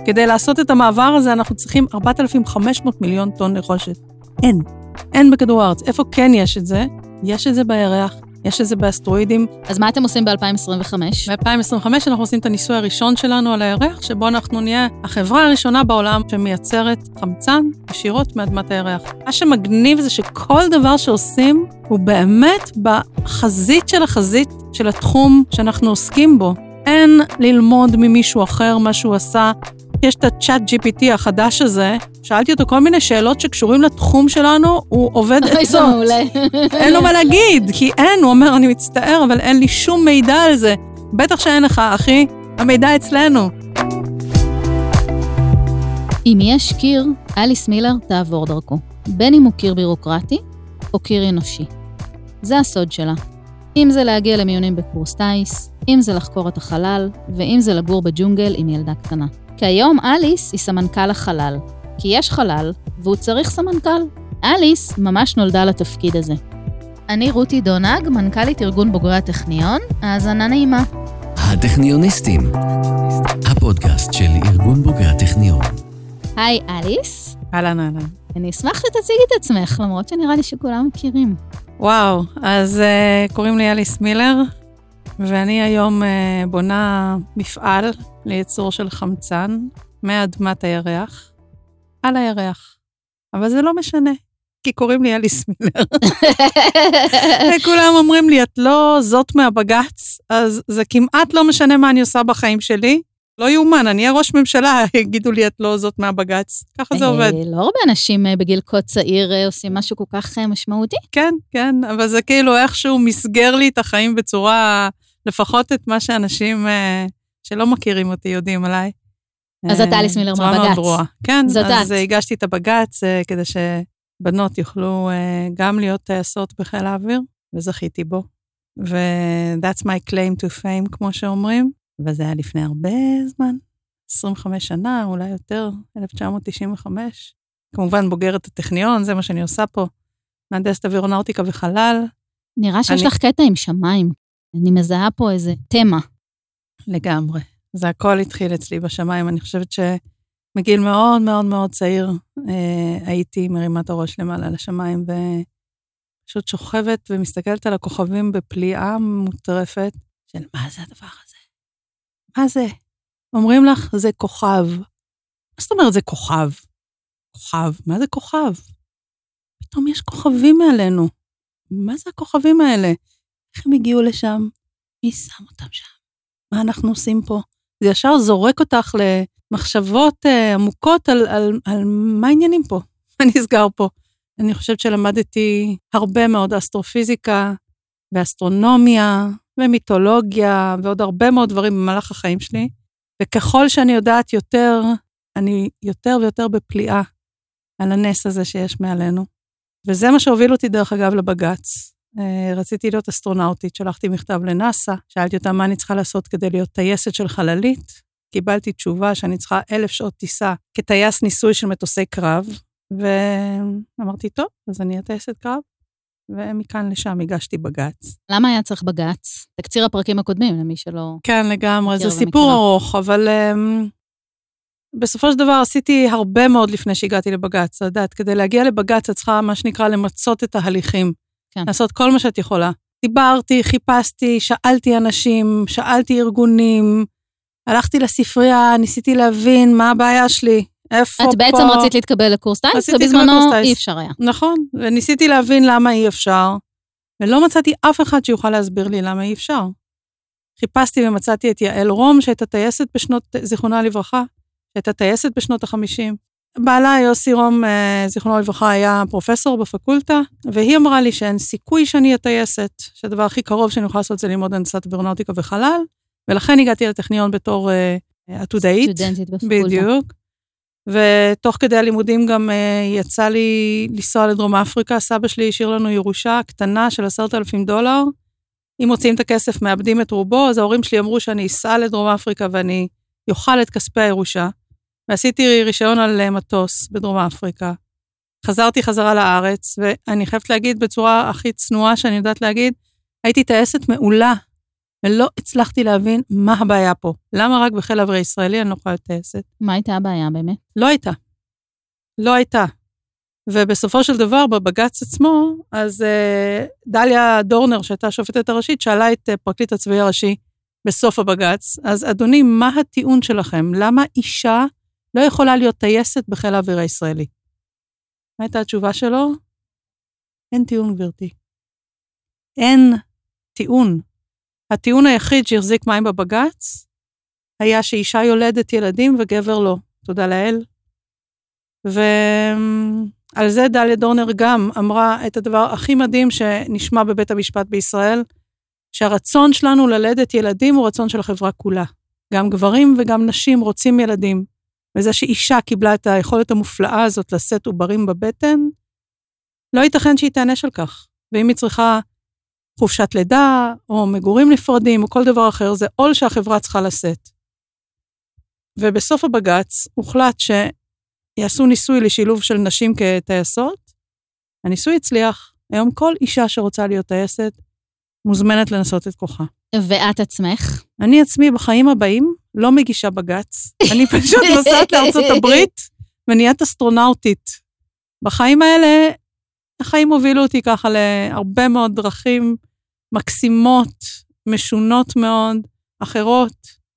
כדי לעשות את המעבר הזה, אנחנו צריכים 4,500 מיליון טון נחושת. אין בכדור הארץ. איפה כן יש את זה? יש את זה בירח, יש את זה באסטרואידים. אז מה אתם עושים ב-2025? ב-2025 אנחנו עושים את הניסוי הראשון שלנו על הירח, שבו אנחנו נהיה החברה הראשונה בעולם שמייצרת חמצן ישירות מאדמת הירח. מה שמגניב זה שכל דבר שעושים הוא באמת בחזית של החזית של התחום שאנחנו עוסקים בו. אין ללמוד ממישהו אחר מה שהוא עשה. יש את הצ'אט GPT החדש הזה, שאלתי אותו כל מיני שאלות שקשורים לתחום שלנו, הוא עובד עצות. אין לו מה להגיד, כי אין, הוא אומר, אני מצטער, אבל אין לי שום מידע על זה. בטח שאין לך, אחי, המידע אצלנו. אם יש קיר, אליס מילר תעבור דרכו. בין אם הוא קיר בירוקרטי, או קיר אנושי. זה הסוד שלה. אם זה להגיע למיונים בקורס טייס, אם זה לחקור את החלל, ואם זה לגור בג'ונגל עם ילדה קטנה. כיום אליס היא סמנכ"ל החלל, כי יש חלל, והוא צריך סמנכ"ל. אליס ממש נולדה לתפקיד הזה. אני רותי דונג, מנכ"לית ארגון בוגרי הטכניון, האזנה נעימה. הטכניוניסטים, הפודקאסט של ארגון בוגרי הטכניון. היי אליס. אהלן. אני אשמח שתציגי את עצמך, למרות שנראה לי שכולם מכירים. וואו, אז קוראים לי אליס מילר, ואני היום בונה מפעל לייצור של חמצן מאדמת הירח, על הירח. אבל זה לא משנה, כי קוראים לי אליס מילר. וכולם אומרים לי, את לא זאת מהבגץ, אז זה כמעט לא משנה מה אני עושה בחיים שלי. לא יאומן, אני הראש ממשלה, יגידו לי, את לא זאת מהבגץ. ככה זה עובד. לא הרבה אנשים בגיל כה צעיר עושים משהו כל כך משמעותי. כן, אבל זה כאילו איכשהו מסגר לי את החיים בצורה, לפחות את מה שאנשים שלא מכירים אותי יודעים עליי. אז אתה אליס מילר מהבגץ. כן, אז הגשתי את הבגץ כדי שבנות יוכלו גם להיות טייסות בחיל האוויר, וזכיתי בו. ו-that's my claim to fame, כמו שאומרים. וזה היה לפני הרבה זמן, 25 שנה, אולי יותר, 1995. כמובן בוגרת הטכניון, זה מה שאני עושה פה. מהנדסת אווירונאוטיקה וחלל. נראה שיש לך קטע עם שמיים. אני מזהה פה איזה תמה. לגמרי. זה הכל התחיל אצלי בשמיים. אני חושבת שמגיל מאוד מאוד מאוד צעיר, הייתי מרימת הראש למעלה לשמיים, ופשוט שוכבת ומסתכלת על הכוכבים בפליאה מוטרפת, של מה זה הדבר הזה? מה זה? אומרים לך, זה כוכב. מה זאת אומרת, זה כוכב? כוכב? מה זה כוכב? פתאום יש כוכבים מעלינו. מה זה הכוכבים האלה? איך הם הגיעו לשם? מי שם אותם שם? מה אנחנו עושים פה? זה ישר זורק אותך למחשבות עמוקות על מה העניינים פה? מה נסגר פה? אני חושבת שלמדתי הרבה מאוד אסטרופיזיקה ואסטרונומיה, ומיתולוגיה, ועוד הרבה מאוד דברים במהלך החיים שלי, וככל שאני יודעת יותר, אני יותר ויותר בפליאה על הנס הזה שיש מעלינו. וזה מה שהוביל אותי דרך אגב לבגץ. רציתי להיות אסטרונאוטית, שלחתי מכתב לנאסא, שאלתי אותה מה אני צריכה לעשות כדי להיות טייסת של חללית, קיבלתי תשובה שאני צריכה 1,000 שעות טיסה כטייס ניסוי של מטוסי קרב, ואמרתי, טוב, אז אני אהיה טייסת קרב. ומכאן לשם הגשתי בגץ. למה היה צריך בגץ? תקציר הפרקים הקודמים, למי שלא... כן, לגמרי, זה סיפור ארוך, אבל בסופו של דבר עשיתי הרבה מאוד לפני שהגעתי לבגץ. את יודעת, כדי להגיע לבגץ, את צריכה מה שנקרא למצות את ההליכים. כן. לעשות כל מה שאת יכולה. דיברתי, חיפשתי, שאלתי אנשים, שאלתי ארגונים, הלכתי לספרייה, ניסיתי להבין מה הבעיה שלי. את בעצם רצית להתקבל לקורס טייס, ובזמנו אי אפשר היה. נכון, וניסיתי להבין למה אי אפשר, ולא מצאתי אף אחד שיוכל להסביר לי למה אי אפשר. חיפשתי ומצאתי את יעל רום, שהייתה טייסת בשנות, זיכרונה לברכה, שהייתה טייסת בשנות ה-50. בעלה יוסי רום, זיכרונה לברכה, היה פרופסור בפקולטה, והיא אמרה לי שאין סיכוי שאני אהיה טייסת, שהדבר הכי קרוב שאני יכולה לעשות זה ללמוד הנדסת אווירונאוטיקה וחלל, ולכן הגעתי לטכניון בתור עתודאית. סטודנטית בפקולטה. בדיוק. ותוך כדי הלימודים גם יצא לי לנסוע לדרום אפריקה, סבא שלי השאיר לנו ירושה קטנה של $10,000. אם מוצאים את הכסף, מאבדים את רובו, אז ההורים שלי אמרו שאני אסע לדרום אפריקה ואני יאכל את כספי הירושה, ועשיתי רישיון על מטוס בדרום אפריקה. חזרתי חזרה לארץ, ואני חייבת להגיד בצורה הכי צנועה שאני יודעת להגיד, הייתי טייסת מעולה. ולא הצלחתי להבין מה הבעיה פה. למה רק בחיל האוויר הישראלי אני לא יכולה להיות טייסת? מה הייתה הבעיה באמת? לא הייתה. ובסופו של דבר, בבג"ץ עצמו, אז דליה דורנר, שהייתה השופטת הראשית, שאלה את פרקליט הצבאי הראשי בסוף הבג"ץ, אז אדוני, מה הטיעון שלכם? למה אישה לא יכולה להיות טייסת בחיל האוויר הישראלי? מה הייתה התשובה שלו? אין טיעון, גברתי. אין טיעון. הטיעון היחיד שהחזיק מים בבג"ץ, היה שאישה יולדת ילדים וגבר לא. תודה לאל. ועל זה דליה דורנר גם אמרה את הדבר הכי מדהים שנשמע בבית המשפט בישראל, שהרצון שלנו ללדת ילדים הוא רצון של החברה כולה. גם גברים וגם נשים רוצים ילדים. וזה שאישה קיבלה את היכולת המופלאה הזאת לשאת עוברים בבטן, לא ייתכן שהיא תענש על כך. ואם היא צריכה חופשת לידה, או מגורים נפרדים, או כל דבר אחר, זה עול שהחברה צריכה לשאת. ובסוף הבג"ץ הוחלט שיעשו ניסוי לשילוב של נשים כטייסות. הניסוי הצליח. היום כל אישה שרוצה להיות טייסת, מוזמנת לנסות את כוחה. ואת עצמך? אני עצמי בחיים הבאים לא מגישה בג"ץ. אני פשוט נוסעת לארצות הברית, ונהיית אסטרונאוטית. בחיים האלה, החיים הובילו אותי ככה להרבה מאוד דרכים מקסימות, משונות מאוד, אחרות.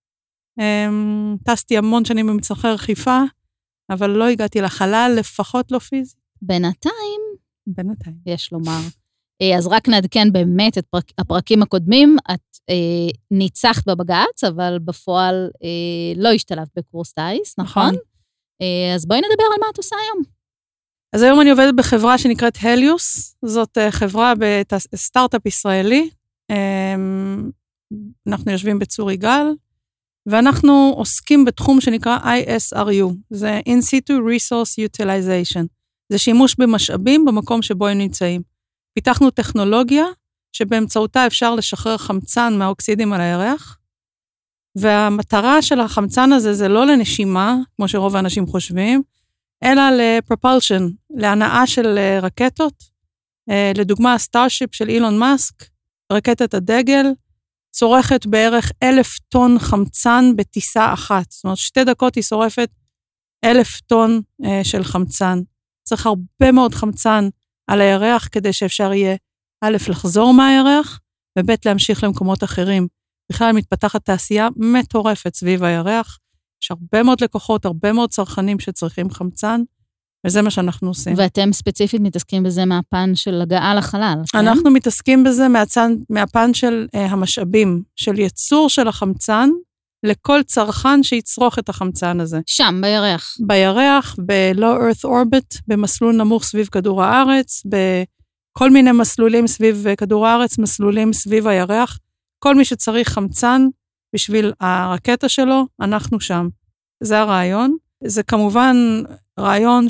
טסתי המון שנים במצחי חיפה, אבל לא הגעתי לחלל, לפחות לא פיזית. בינתיים, יש לומר. אז רק נעדכן באמת את הפרקים הקודמים, את ניצחת בבג"ץ, אבל בפועל לא השתלבת בקורס טייס, נכון? אז בואי נדבר על מה את עושה היום. אז היום אני עובדת בחברה שנקראת הליוס, זאת חברה בסטארט-אפ ישראלי, אנחנו יושבים בצור יגאל, ואנחנו עוסקים בתחום שנקרא ISRU, זה In Situ Resource Utilization, זה שימוש במשאבים במקום שבו הם נמצאים. פיתחנו טכנולוגיה שבאמצעותה אפשר לשחרר חמצן מהאוקסידים על הירח, והמטרה של החמצן הזה זה לא לנשימה, כמו שרוב האנשים חושבים, אלא לפרופלשן, להנאה של רקטות. לדוגמה, הסטארשיפ של אילון מאסק, רקטת הדגל, צורכת בערך 1,000 טון חמצן בטיסה אחת. זאת אומרת, 2 דקות היא שורפת 1,000 טון של חמצן. צריך הרבה מאוד חמצן על הירח, כדי שאפשר יהיה א', לחזור מהירח, וב', להמשיך למקומות אחרים. בכלל מתפתחת תעשייה מטורפת סביב הירח, יש הרבה מאוד לקוחות, הרבה מאוד צרכנים שצריכים חמצן, וזה מה שאנחנו עושים. ואתם ספציפית מתעסקים בזה מהפן של הגעה לחלל, כן? אנחנו מתעסקים בזה מהפן של המשאבים, של ייצור של החמצן, לכל צרכן שיצרוך את החמצן הזה. שם, בירח. בירח, ב-Low Earth Orbit, במסלול נמוך סביב כדור הארץ, בכל מיני מסלולים סביב כדור הארץ, מסלולים סביב הירח. כל מי שצריך חמצן בשביל הרקטה שלו, אנחנו שם. זה הרעיון. זה כמובן רעיון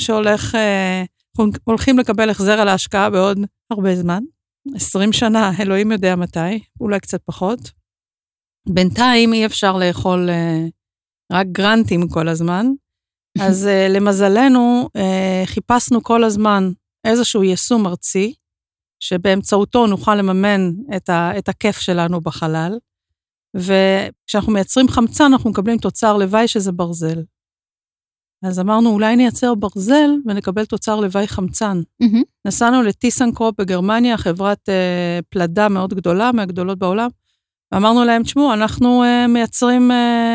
הולכים לקבל החזר על ההשקעה בעוד הרבה זמן. 20 שנה, אלוהים יודע מתי, אולי קצת פחות. בינתיים אי אפשר לאכול רק גרנטים כל הזמן, אז למזלנו חיפשנו כל הזמן איזשהו יישום ארצי, שבאמצעותו נוכל לממן את הכיף שלנו בחלל, וכשאנחנו מייצרים חמצן, אנחנו מקבלים תוצר לוואי שזה ברזל. אז אמרנו, אולי נייצר ברזל ונקבל תוצר לוואי חמצן. נסענו לטיסנקרופ בגרמניה, חברת פלדה מאוד גדולה, מהגדולות בעולם, ואמרנו להם, תשמעו, אנחנו מייצרים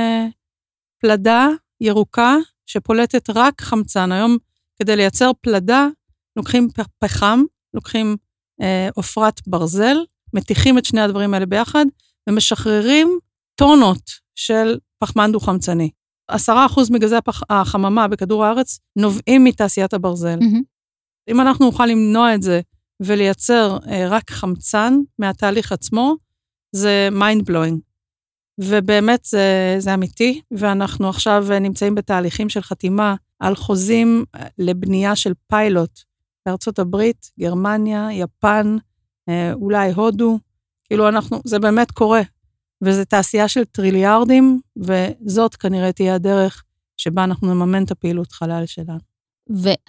פלדה ירוקה שפולטת רק חמצן. היום כדי לייצר פלדה, לוקחים פחם, לוקחים עופרת ברזל, מתיחים את שני הדברים האלה ביחד, ומשחררים טונות של פחמן דו-חמצני. 10% מגזי החממה בכדור הארץ נובעים מתעשיית הברזל. אם אנחנו נוכל למנוע את זה ולייצר רק חמצן מהתהליך עצמו, זה mind blowing. ובאמת זה אמיתי, ואנחנו עכשיו נמצאים בתהליכים של חתימה על חוזים לבנייה של פיילוט בארצות הברית, גרמניה, יפן, אולי הודו, כאילו זה באמת קורה. וזה תעשייה של טריליארדים, וזאת כנראה תהיה הדרך שבה אנחנו נממן את הפעילות חלל שלנו.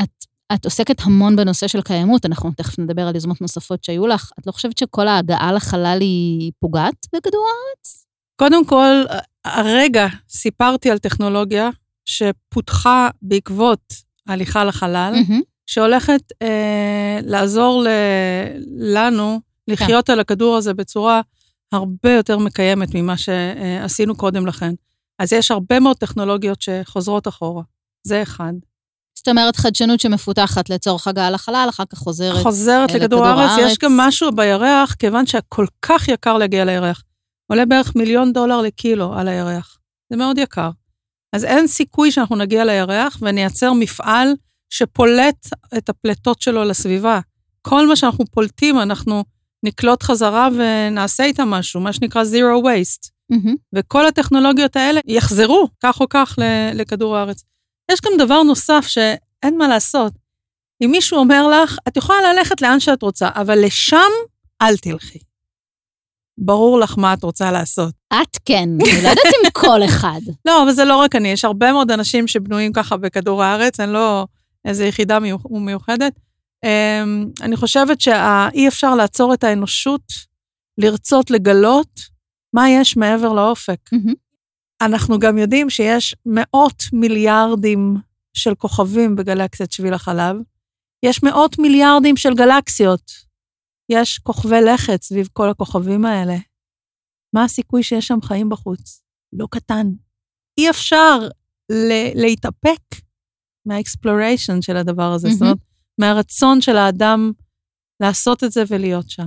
את עוסקת המון בנושא של קיימות, אנחנו תכף נדבר על יוזמות נוספות שהיו לך. את לא חושבת שכל ההגעה לחלל היא פוגעת בכדור הארץ? קודם כל, הרגע סיפרתי על טכנולוגיה שפותחה בעקבות הליכה לחלל, שהולכת לעזור לנו לחיות על הכדור הזה בצורה הרבה יותר מקיימת ממה שעשינו קודם לכן. אז יש הרבה מאוד טכנולוגיות שחוזרות אחורה. זה אחד. זאת אומרת, חדשנות שמפותחת לצורך הגעה לחלל, אחר כך חוזרת לכדור הארץ. יש גם משהו בירח, כיוון שהכל כך יקר להגיע לירח. עולה בערך $1,000,000 לקילו על הירח. זה מאוד יקר. אז אין סיכוי שאנחנו נגיע לירח ונייצר מפעל שפולט את הפלטות שלו לסביבה. כל מה שאנחנו פולטים, אנחנו נקלוט חזרה ונעשה איתה משהו, מה שנקרא zero waste. וכל הטכנולוגיות האלה יחזרו כך או כך לכדור הארץ. יש גם דבר נוסף שאין מה לעשות. אם מישהו אומר לך, את יכולה ללכת לאן שאת רוצה, אבל לשם אל תלכי. ברור לך מה את רוצה לעשות. את כן, אני לא יודעת עם כל אחד. לא, אבל זה לא רק אני, יש הרבה מאוד אנשים שבנויים ככה בכדור הארץ, אני לא איזו יחידה מיוחדת. אני חושבת שאי אפשר לעצור את האנושות, לרצות לגלות מה יש מעבר לאופק. אנחנו גם יודעים שיש 100 מיליארדים של כוכבים בגלקסיית שביל החלב, יש 100 מיליארדים של גלקסיות, יש כוכבי לכת סביב כל הכוכבים האלה. מה הסיכוי שיש שם חיים בחוץ? לא קטן. אי אפשר להתאפק מהאקספלוריישן של הדבר הזה, זאת אומרת, מהרצון של האדם לעשות את זה ולהיות שם.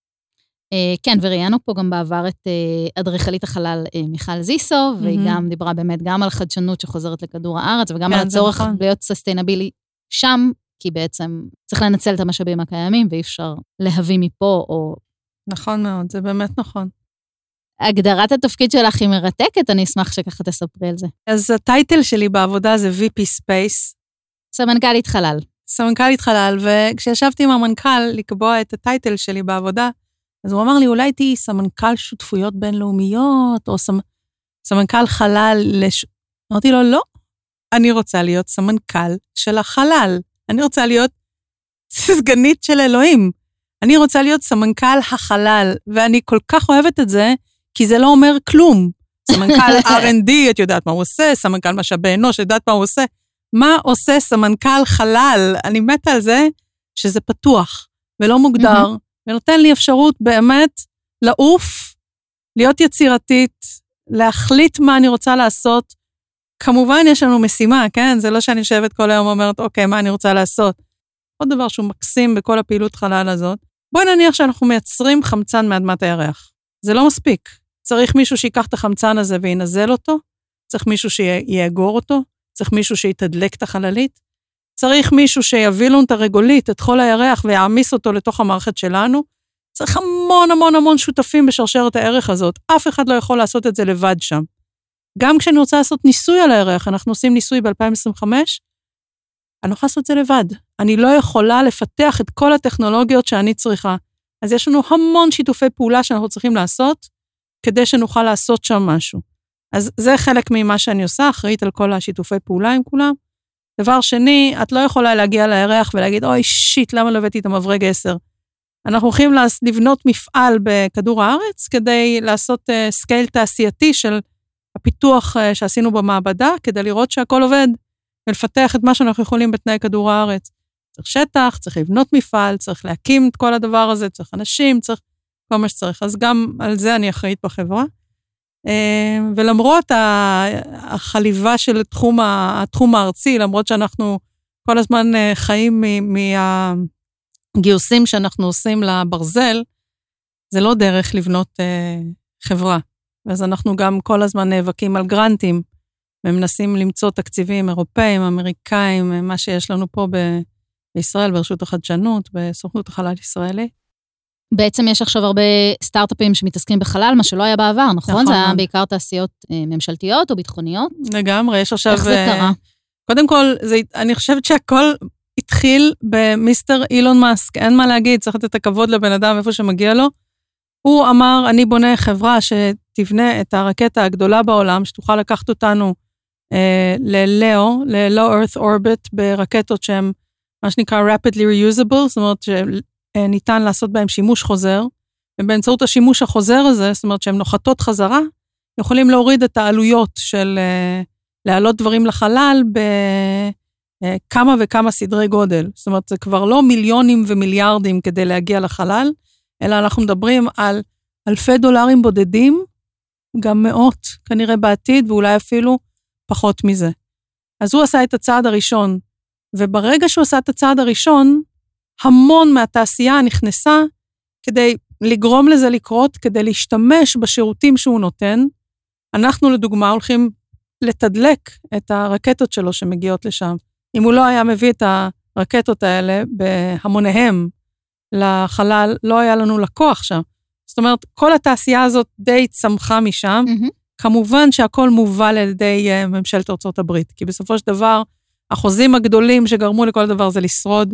כן, וראיינו פה גם בעבר את אדריכלית החלל מיכל זיסו, והיא גם דיברה באמת גם על חדשנות שחוזרת לכדור הארץ, וגם על הצורך להיות סוסטיינבילי שם, כי בעצם צריך לנצל את המשאבים הקיימים, ואי אפשר להביא מפה או... נכון מאוד, זה באמת נכון. הגדרת התפקיד שלך היא מרתקת, אני אשמח שככה תספרי על זה. אז הטייטל שלי בעבודה זה VP Space. סמנכ"לית חלל. סמנכ"לית חלל, וכשישבתי עם המנכ"ל לקבוע את הטייטל שלי בעבודה, אז הוא אמר לי, אולי תהי סמנכ"ל שותפויות בינלאומיות, או סמנכ"ל חלל, אמרתי לו, לא, אני רוצה להיות סמנכ"ל של החלל, אני רוצה להיות סגנית של אלוהים, אני רוצה להיות סמנכ"ל החלל, ואני כל כך אוהבת את זה, כי זה לא אומר כלום. סמנכ"ל R&D, את יודעת מה הוא עושה, סמנכ"ל משאבי אנוש, את יודעת מה הוא עושה, מה עושה סמנכ"ל חלל? אני מתה על זה שזה פתוח ולא מוגדר, ונותן לי אפשרות באמת לעוף, להיות יצירתית, להחליט מה אני רוצה לעשות. כמובן יש לנו משימה, כן? זה לא שאני יושבת כל היום ואומרת, אוקיי, מה אני רוצה לעשות? עוד דבר שהוא מקסים בכל הפעילות חלל הזאת, בואי נניח שאנחנו מייצרים חמצן מאדמת הירח. זה לא מספיק. צריך מישהו שיקח את החמצן הזה וינזל אותו, צריך מישהו שיאגור אותו, צריך מישהו שיתדלק את החללית, צריך מישהו שיביא לנו את הרגולית, את חול הירח, ויעמיס אותו לתוך המערכת שלנו. צריך המון המון המון שותפים בשרשרת הערך הזאת. אף אחד לא יכול לעשות את זה לבד שם. גם כשאני רוצה לעשות ניסוי על הירח, אנחנו עושים ניסוי ב-2025, אני לא יכולה לעשות את זה לבד. אני לא יכולה לפתח את כל הטכנולוגיות שאני צריכה. אז יש לנו המון שיתופי פעולה שאנחנו צריכים לעשות, כדי שנוכל לעשות שם משהו. אז זה חלק ממה שאני עושה, אחראית על כל השיתופי פעולה עם כולם. דבר שני, את לא יכולה להגיע לירח ולהגיד, אוי שיט, למה לא הבאתי את המברג 10? אנחנו הולכים לבנות מפעל בכדור הארץ, כדי לעשות סקייל תעשייתי של הפיתוח שעשינו במעבדה, כדי לראות שהכל עובד, ולפתח את מה שאנחנו יכולים בתנאי כדור הארץ. צריך שטח, צריך לבנות מפעל, צריך להקים את כל הדבר הזה, צריך אנשים, צריך כל מה שצריך. אז גם על זה אני אחראית בחברה. ולמרות החליבה של התחום הארצי, למרות שאנחנו כל הזמן חיים מהגיוסים שאנחנו עושים לברזל, זה לא דרך לבנות חברה. אז אנחנו גם כל הזמן נאבקים על גרנטים, ומנסים למצוא תקציבים אירופאים, אמריקאים, מה שיש לנו פה בישראל, ברשות החדשנות, בסוכנות החלל ישראלי. בעצם יש עכשיו הרבה סטארט-אפים שמתעסקים בחלל, מה שלא היה בעבר, נכון? זה היה בעיקר תעשיות ממשלתיות או ביטחוניות? לגמרי, יש עכשיו... איך זה קרה? קודם כל, אני חושבת שהכל התחיל במיסטר אילון מאסק, אין מה להגיד, צריך לתת את הכבוד לבן אדם איפה שמגיע לו. הוא אמר, אני בונה חברה שתבנה את הרקטה הגדולה בעולם, שתוכל לקחת אותנו ל-LEO Earth Orbit, ברקטות שהן מה שנקרא rapidly reusable, זאת אומרת שניתן לעשות בהם שימוש חוזר, ובאמצעות השימוש החוזר הזה, זאת אומרת שהן נוחתות חזרה, יכולים להוריד את העלויות של להעלות דברים לחלל בכמה וכמה סדרי גודל. זאת אומרת, זה כבר לא מיליונים ומיליארדים כדי להגיע לחלל, אלא אנחנו מדברים על אלפי דולרים בודדים, גם מאות כנראה בעתיד, ואולי אפילו פחות מזה. אז הוא עשה את הצעד הראשון, וברגע שהוא עשה את הצעד הראשון, המון מהתעשייה נכנסה כדי לגרום לזה לקרות, כדי להשתמש בשירותים שהוא נותן. אנחנו לדוגמה הולכים לתדלק את הרקטות שלו שמגיעות לשם. אם הוא לא היה מביא את הרקטות האלה בהמוניהם לחלל, לא היה לנו לקוח שם. זאת אומרת, כל התעשייה הזאת די צמחה משם, כמובן שהכל מובל על ידי ממשלת ארצות הברית, כי בסופו של דבר, החוזים הגדולים שגרמו לכל דבר זה לשרוד,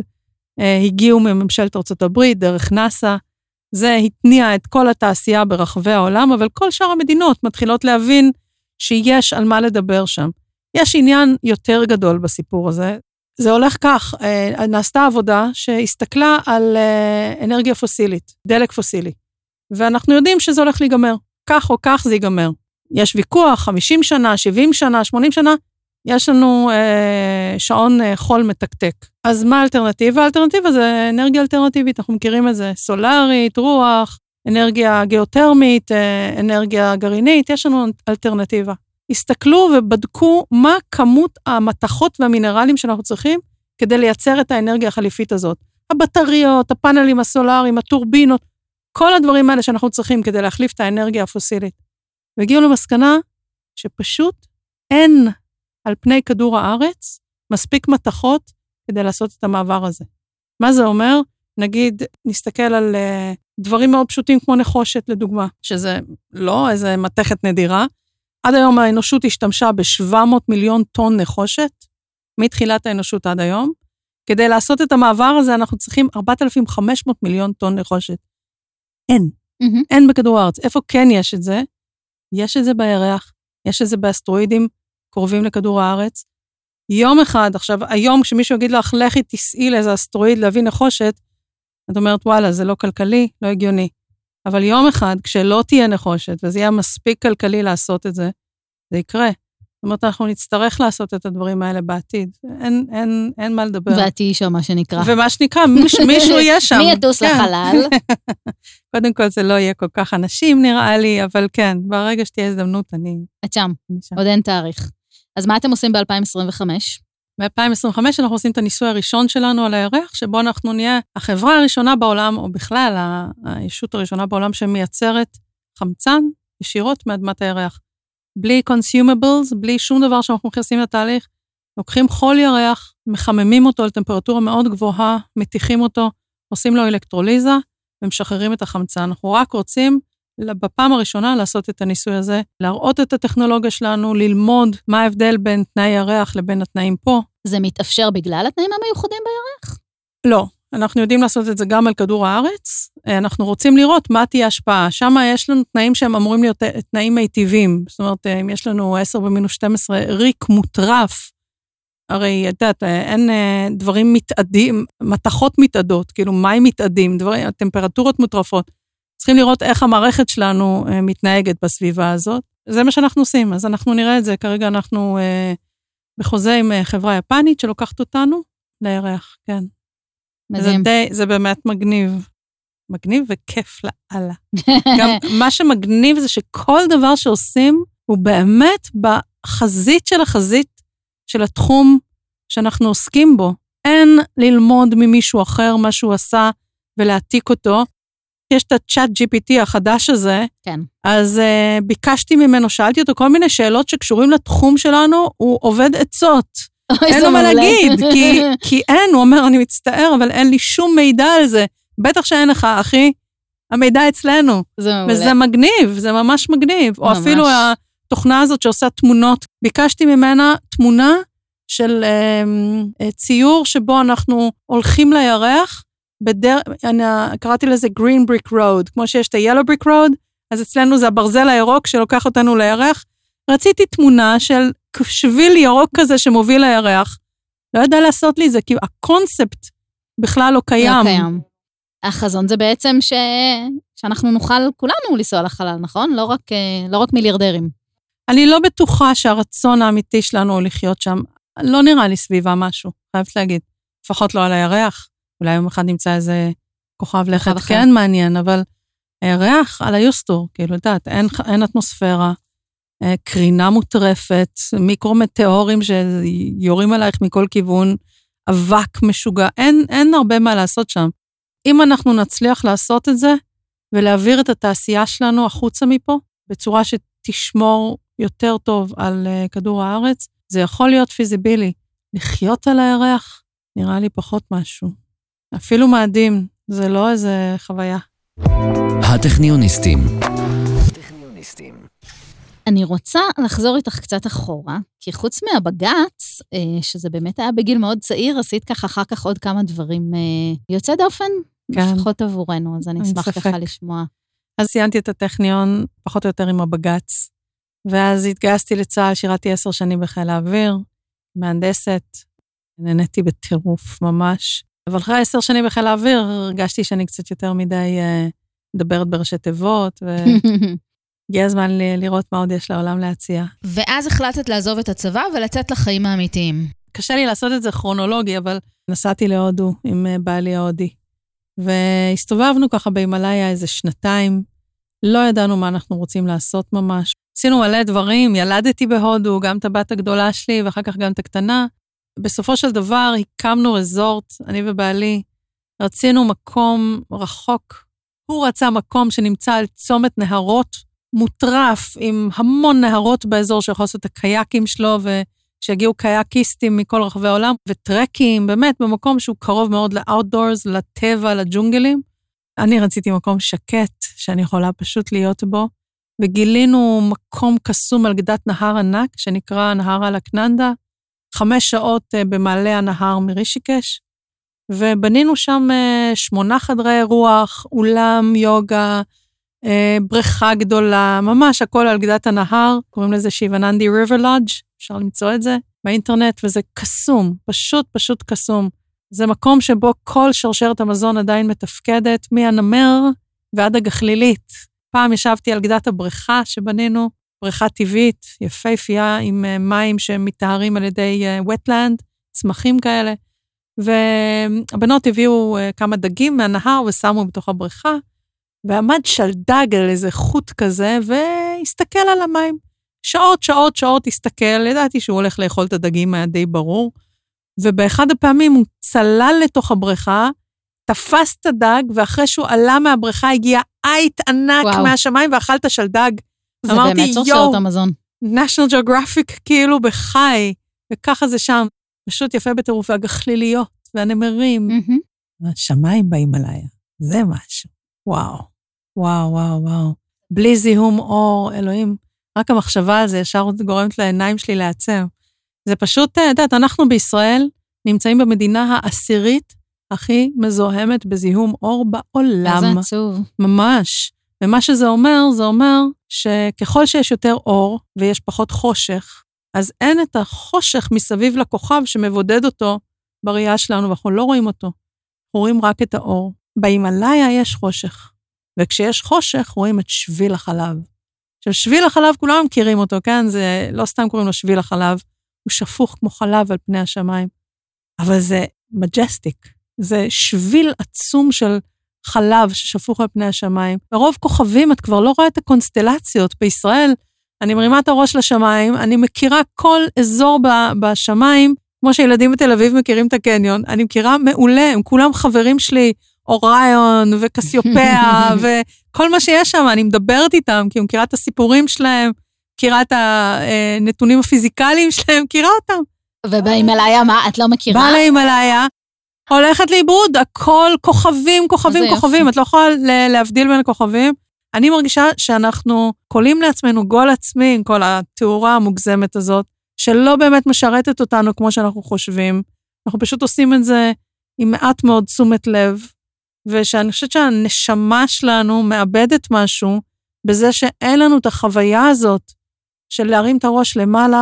הגיעו מממשלת ארצות הברית, דרך נאסא, זה התניע את כל התעשייה ברחבי העולם, אבל כל שאר המדינות מתחילות להבין שיש על מה לדבר שם. יש עניין יותר גדול בסיפור הזה, זה הולך כך, נעשתה עבודה שהסתכלה על אנרגיה פוסילית, דלק פוסילי, ואנחנו יודעים שזה הולך להיגמר, כך או כך זה ייגמר. יש ויכוח, 50 שנה, 70 שנה, 80 שנה, יש לנו שעון חול מתקתק. אז מה האלטרנטיבה? האלטרנטיבה זה אנרגיה אלטרנטיבית, אנחנו מכירים את זה, סולרית, רוח, אנרגיה גיאותרמית, אנרגיה גרעינית, יש לנו אלטרנטיבה. הסתכלו ובדקו מה כמות המתכות והמינרלים שאנחנו צריכים, כדי לייצר את האנרגיה החליפית הזאת. הבטריות, הפאנלים הסולריים, הטורבינות, כל הדברים האלה שאנחנו צריכים כדי להחליף את האנרגיה הפוסילית. והגיעו למסקנה שפשוט אין על פני כדור הארץ מספיק מתכות כדי לעשות את המעבר הזה. מה זה אומר? נגיד, נסתכל על דברים מאוד פשוטים כמו נחושת, לדוגמה, שזה לא איזה מתכת נדירה. עד היום האנושות השתמשה ב-700 מיליון טון נחושת, מתחילת האנושות עד היום. כדי לעשות את המעבר הזה, אנחנו צריכים 4,500 מיליון טון נחושת. אין. אין בכדור הארץ. איפה כן יש את זה? יש את זה בירח, יש את זה באסטרואידים קרובים לכדור הארץ. יום אחד, עכשיו, היום כשמישהו יגיד לך, לכי תסעי לאיזה אסטרואיד להביא נחושת, את אומרת, וואלה, זה לא כלכלי, לא הגיוני. אבל יום אחד, כשלא תהיה נחושת, וזה יהיה מספיק כלכלי לעשות את זה, זה יקרה. זאת אומרת, אנחנו נצטרך לעשות את הדברים האלה בעתיד. אין מה לדבר. ועתי שם, מה שנקרא. ומה שנקרא, מישהו יהיה שם. מי יטוס לחלל? קודם כל, זה לא יהיה כל כך אנשים, נראה לי, אבל כן, ברגע שתהיה הזדמנות, אני... את שם, עוד אין תאריך. אז מה אתם עושים ב-2025? ב-2025 אנחנו עושים את הניסוי הראשון שלנו על הירח, שבו אנחנו נהיה החברה הראשונה בעולם, או בכלל הישות הראשונה בעולם שמייצרת חמצן ישירות מאדמת הירח. בלי consumables, בלי שום דבר שאנחנו מכניסים לתהליך, לוקחים חול ירח, מחממים אותו על טמפרטורה מאוד גבוהה, מתיחים אותו, עושים לו אלקטרוליזה, ומשחררים את החמצן. אנחנו רק רוצים בפעם הראשונה לעשות את הניסוי הזה, להראות את הטכנולוגיה שלנו, ללמוד מה ההבדל בין תנאי ירח לבין התנאים פה. זה מתאפשר בגלל התנאים המיוחדים בירח? לא, אנחנו יודעים לעשות את זה גם על כדור הארץ, אנחנו רוצים לראות מה תהיה השפעה. שם יש לנו תנאים שהם אמורים להיות תנאים מיטיבים, זאת אומרת, אם יש לנו 10⁻12 ריק מוטרף, הרי, יודעת, אין דברים מתאדים, מתכות מתאדות, כאילו מים מתאדים, טמפרטורות מוטרפות. צריכים לראות איך המערכת שלנו מתנהגת בסביבה הזאת. זה מה שאנחנו עושים, אז אנחנו נראה את זה. כרגע אנחנו בחוזה עם חברה יפנית שלוקחת אותנו לירח, כן. מדהים. זה באמת מגניב. מגניב וכיף לאללה. גם מה שמגניב זה שכל דבר שעושים הוא באמת בחזית של החזית של התחום שאנחנו עוסקים בו. אין ללמוד ממישהו אחר מה שהוא עשה ולהעתיק אותו. יש את הצ'אט GPT החדש הזה, כן. אז ביקשתי ממנו, שאלתי אותו כל מיני שאלות שקשורים לתחום שלנו, הוא עובד עצות. אין לו מה להגיד, כי אין, הוא אומר, אני מצטער, אבל אין לי שום מידע על זה. בטח שאין לך, אחי, המידע אצלנו. זה מעולה. וזה מגניב, זה ממש מגניב. או אפילו התוכנה הזאת שעושה תמונות, ביקשתי ממנה תמונה של ציור שבו אנחנו הולכים לירח, אני קראתי לזה Green Brick Road, כמו שיש את ה-Yellow Brick Road, אז אצלנו זה הברזל הירוק שלוקח אותנו לירח. רציתי תמונה של שביל ירוק כזה שמוביל לירח, לא ידע לעשות לי זה, כי הקונספט בכלל לא קיים. לא קיים. החזון זה בעצם שאנחנו נוכל כולנו לנסוע לחלל, נכון? לא רק מיליארדרים. אני לא בטוחה שהרצון האמיתי שלנו הוא לחיות שם. לא נראה לי סביבה משהו, חייבת להגיד. לפחות לא על הירח. אולי יום אחד נמצא איזה כוכב לכת כן מעניין, אבל הירח על היוסטור, כאילו, יודעת, אין אטמוספירה, קרינה מוטרפת, מיקרומטאורים שיורים עלייך מכל כיוון, אבק משוגע, אין הרבה מה לעשות שם. אם אנחנו נצליח לעשות את זה, ולהעביר את התעשייה שלנו החוצה מפה, בצורה שתשמור יותר טוב על כדור הארץ, זה יכול להיות פיזיבילי. לחיות על הירח, נראה לי פחות משהו. אפילו מאדים, זה לא איזה חוויה. הטכניוניסטים. אני רוצה לחזור איתך קצת אחורה, כי חוץ מהבגץ, שזה באמת היה בגיל מאוד צעיר, עשית ככה אחר כך עוד כמה דברים יוצא דופן, כן. לפחות עבורנו, אז אני אשמח ככה לשמוע. אז סיימתי את הטכניון פחות או יותר עם הבגץ, ואז התגייסתי לצה"ל, שירתי 10 שנים בחיל האוויר, מהנדסת, נהניתי בטירוף ממש, אבל אחרי 10 שנים בחיל האוויר, הרגשתי שאני קצת יותר מדי מדברת בראשי תיבות, הגיע הזמן לראות מה עוד יש לעולם להציע. ואז החלטת לעזוב את הצבא ולצאת לחיים האמיתיים. קשה לי לעשות את זה כרונולוגי, אבל נסעתי להודו עם בעלי ההודי. והסתובבנו ככה בהימאליה איזה 2 לא ידענו מה אנחנו רוצים לעשות ממש. עשינו מלא דברים, ילדתי בהודו, גם את הבת הגדולה שלי, ואחר כך גם את הקטנה. בסופו של דבר הקמנו רזורט, אני ובעלי, רצינו מקום רחוק. הוא רצה מקום שנמצא על צומת נהרות, מוטרף עם המון נהרות באזור שיכול לעשות את הקייקים שלו, ושיגיעו קייקיסטים מכל רחבי העולם, וטרקים, באמת במקום שהוא קרוב מאוד לאוטדורס, לטבע, לג'ונגלים. אני רציתי מקום שקט, שאני יכולה פשוט להיות בו, וגילינו מקום קסום על גדת נהר ענק, שנקרא נהר אלקננדה, 5 שעות במעלה הנהר מרישיקש, ובנינו שם 8 חדרי רוח, אולם, יוגה, בריכה גדולה, ממש הכל על גדת הנהר, קוראים לזה שיבננדי ריבר לודג', אפשר למצוא את זה באינטרנט, וזה קסום, פשוט קסום. זה מקום שבו כל שרשרת המזון עדיין מתפקדת, מהנמר ועד הגחלילית. פעם ישבתי על גדת הבריכה שבנינו, בריכה טבעית, יפהפייה, עם מים שמתארים על ידי wetland, צמחים כאלה, והבנות הביאו כמה דגים מהנהר ושמו בתוך הבריכה, ועמד שלדג על איזה חוט כזה, והסתכל על המים. שעות הסתכל, ידעתי שהוא הולך לאכול את הדגים, היה די ברור, ובאחד הפעמים הוא צלל לתוך הבריכה, תפס את הדג, ואחרי שהוא עלה מהבריכה, הגיע עית ענק מהשמיים, ואכל את השלדג. זה באמת שרשרת המזון. National Geographic כאילו בחי, וככה זה שם, פשוט יפה בטירוף, והגחליליות, והנמרים. השמיים בהימאליה, זה משהו. וואו. בלי זיהום אור, אלוהים, רק המחשבה על זה ישר גורמת לעיניים שלי לעצם. זה פשוט, יודעת, אנחנו בישראל נמצאים במדינה העשירית הכי מזוהמת בזיהום אור בעולם. איזה עצוב. ממש. ומה שזה אומר, זה אומר שככל שיש יותר אור ויש פחות חושך, אז אין את החושך מסביב לכוכב שמבודד אותו בראייה שלנו, ואנחנו לא רואים אותו. אנחנו רואים רק את האור. בהימאליה יש חושך, וכשיש חושך רואים את שביל החלב. עכשיו, שביל החלב, כולם מכירים אותו, כן? זה לא סתם קוראים לו שביל החלב, הוא שפוך כמו חלב על פני השמיים, אבל זה מג'סטיק, זה שביל עצום של חלב ששפוך על פני השמיים. ברוב כוכבים את כבר לא רואה את הקונסטלציות. בישראל, אני מרימה את הראש לשמיים, אני מכירה כל אזור בשמיים, כמו שילדים בתל אביב מכירים את הקניון, אני מכירה מעולה, הם כולם חברים שלי, אוריון וקסיופיה, וכל מה שיש שם, אני מדברת איתם, כי אני מכירה את הסיפורים שלהם, מכירה את הנתונים הפיזיקליים שלהם, מכירה אותם. ובהימאליה מה? את לא מכירה? באה להימאליה, הולכת לאיבוד, הכל כוכבים, את לא יכולה להבדיל בין הכוכבים. אני מרגישה שאנחנו קולים לעצמנו גול עצמי, עם כל התיאורה המוגזמת הזאת, שלא באמת משרתת אותנו כמו שאנחנו חושבים. אנחנו פשוט עושים את זה עם מעט מאוד תשומת לב, ושאני חושבת שהנשמה שלנו מאבדת משהו, בזה שאין לנו את החוויה הזאת, של להרים את הראש למעלה,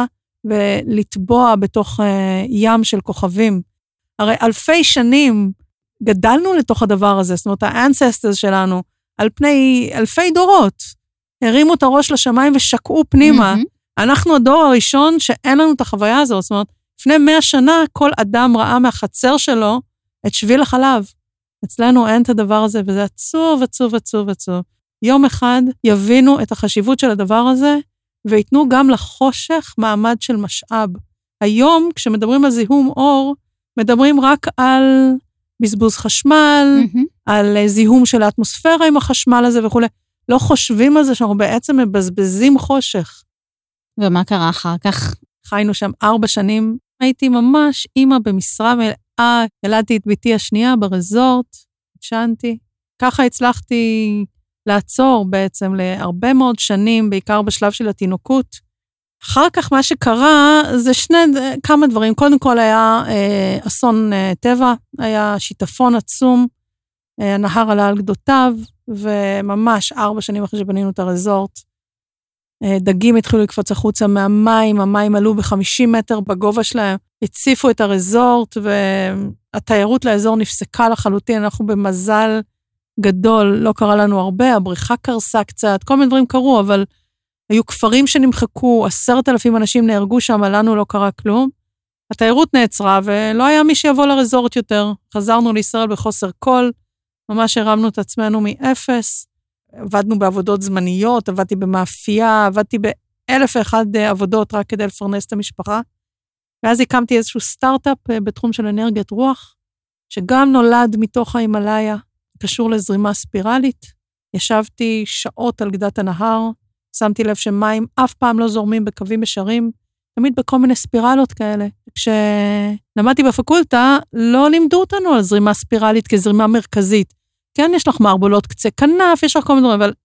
ולטבוע בתוך ים של כוכבים. הרי אלפי שנים גדלנו לתוך הדבר הזה, זאת אומרת, האנססטרס שלנו, על פני אלפי דורות, הרימו את הראש לשמיים ושקעו פנימה. אנחנו הדור הראשון שאין לנו את החוויה הזאת, זאת אומרת, לפני 100 שנה כל אדם ראה מהחצר שלו את שביל החלב. אצלנו אין את הדבר הזה, וזה עצוב, עצוב, עצוב, עצוב. יום אחד יבינו את החשיבות של הדבר הזה, ויתנו גם לחושך מעמד של משאב. היום, כשמדברים על זיהום אור, מדברים רק על בזבוז חשמל, על זיהום של האטמוספירה עם החשמל הזה וכו'. לא חושבים על זה שאנחנו בעצם מבזבזים חושך. ומה קרה אחר כך? חיינו שם 4 שנים, הייתי ממש אימא במשרה מלאה, ילדתי את ביתי השנייה ברזורט, ישנתי. ככה הצלחתי לעצור בעצם להרבה מאוד שנים, בעיקר בשלב של התינוקות. אחר כך מה שקרה זה כמה דברים. קודם כל היה אסון טבע, היה שיטפון עצום, הנהר עלה על גדותיו, וממש 4 שנים אחרי שבנינו את הרזורט, דגים התחילו לקפוץ החוצה מהמים, המים עלו ב50 מטר בגובה שלהם, הציפו את הרזורט, והתיירות לאזור נפסקה לחלוטין, אנחנו במזל גדול, לא קרה לנו הרבה, הבריכה קרסה קצת, כל מיני דברים קרו, אבל היו כפרים שנמחקו, 10,000 אנשים נהרגו שם, לנו לא קרה כלום. התיירות נעצרה, ולא היה מי שיבוא לרזורט יותר. חזרנו לישראל בחוסר קול, ממש הרמנו את עצמנו מאפס, עבדנו בעבודות זמניות, עבדתי במאפייה, עבדתי ב1,001 עבודות רק כדי לפרנס את המשפחה. ואז הקמתי איזשהו סטארט-אפ בתחום של אנרגיית רוח, שגם נולד מתוך ההימלאיה, קשור לזרימה ספירלית. ישבתי שעות על גדת הנהר, שמתי לב שמים אף פעם לא זורמים בקווים ישרים, תמיד בכל מיני ספירלות כאלה. כשלמדתי בפקולטה, לא לימדו אותנו על זרימה ספירלית כזרימה מרכזית. כן, יש לך מערבולות קצה כנף, יש לך כל מיני דברים, אבל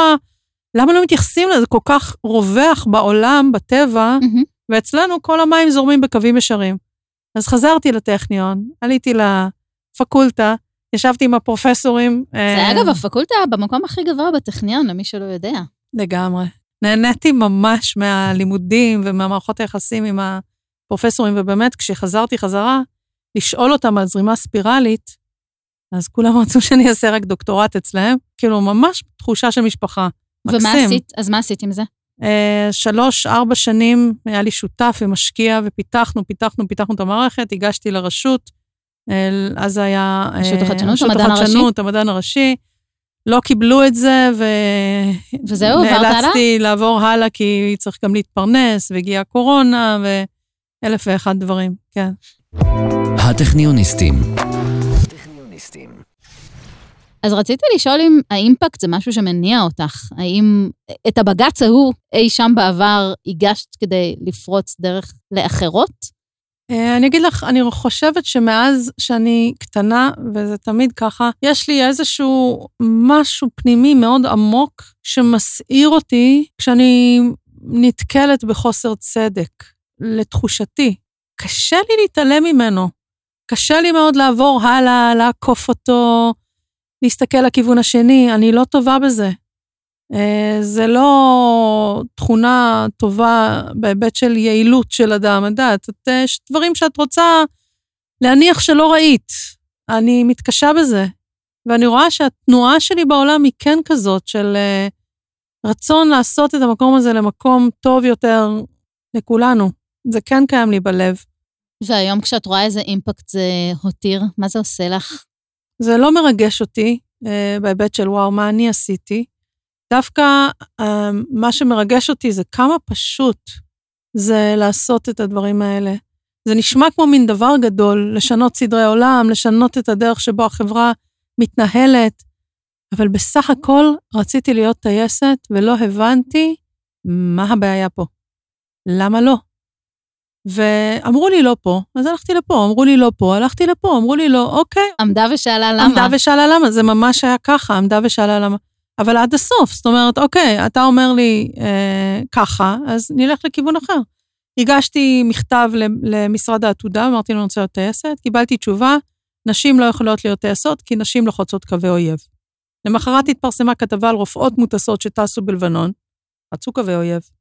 למה לא מתייחסים לזה? כל כך רווח בעולם, בטבע, ואצלנו כל המים זורמים בקווים ישרים. אז חזרתי לטכניון, עליתי לפקולטה, ישבתי עם הפרופסורים. זה אגב, הפקולטה במקום הכי גבוה בטכניון, למי שלא יודע. לגמרי. נהניתי ממש מהלימודים ומהמערכות היחסים עם הפרופסורים, ובאמת כשחזרתי חזרה, לשאול אותם על זרימה ספירלית, אז כולם רצו שאני אעשה רק דוקטורט אצלהם, כאילו ממש תחושה של משפחה. ומה עשית? אז מה עשית עם זה? 3-4 שנים היה לי שותף ומשקיע, ופיתחנו את המערכת, הגשתי לרשות, אז היה רשות החדשנות, המדען הראשי, לא קיבלו את זה, וזהו, נאלצתי לעבור הלאה, כי צריך גם להתפרנס, והגיעה קורונה, ו1,001 דברים, כן. הטכניוניסטים. אז רציתי לשאול אם האימפקט זה משהו שמניע אותך, האם את הבג"ץ ההוא אי שם בעבר הגשת כדי לפרוץ דרך לאחרות? אני אגיד לך, אני חושבת שמאז שאני קטנה, וזה תמיד ככה, יש לי איזשהו משהו פנימי מאוד עמוק, שמסעיר אותי כשאני נתקלת בחוסר צדק, לתחושתי. קשה לי להתעלם ממנו, קשה לי מאוד לעבור הלאה, לעקוף אותו, להסתכל לכיוון השני, אני לא טובה בזה. זה לא תכונה טובה בהיבט של יעילות של אדם, לדעת, יש דברים שאת רוצה להניח שלא ראית, אני מתקשה בזה, ואני רואה שהתנועה שלי בעולם היא כן כזאת, של רצון לעשות את המקום הזה למקום טוב יותר לכולנו, זה כן קיים לי בלב. והיום כשאת רואה איזה אימפקט זה הותיר, מה זה עושה לך? זה לא מרגש אותי, בהיבט של וואו, מה אני עשיתי, דווקא מה שמרגש אותי זה כמה פשוט זה לעשות את הדברים האלה. זה נשמע כמו מין דבר גדול, לשנות סדרי עולם, לשנות את הדרך שבו החברה מתנהלת, אבל בסך הכל רציתי להיות טייסת ולא הבנתי מה הבעיה פה. למה לא? ואמרו לי לא פה, אז הלכתי לפה, אמרו לי לא פה, הלכתי לפה, אמרו לי לא, אוקיי. עמדה ושאלה למה. עמדה ושאלה למה, זה ממש היה ככה, עמדה ושאלה למה. אבל עד הסוף, זאת אומרת, אוקיי, אתה אומר לי ככה, אז נלך לכיוון אחר. הגשתי מכתב למשרד העתודה, אמרתי לו, אני רוצה להיות טייסת, קיבלתי תשובה, נשים לא יכולות להיות טייסות, כי נשים לא חוצות קווי אויב. למחרת התפרסמה כתבה על רופאות מוטסות שטסו בלבנון, חצו קווי אויב.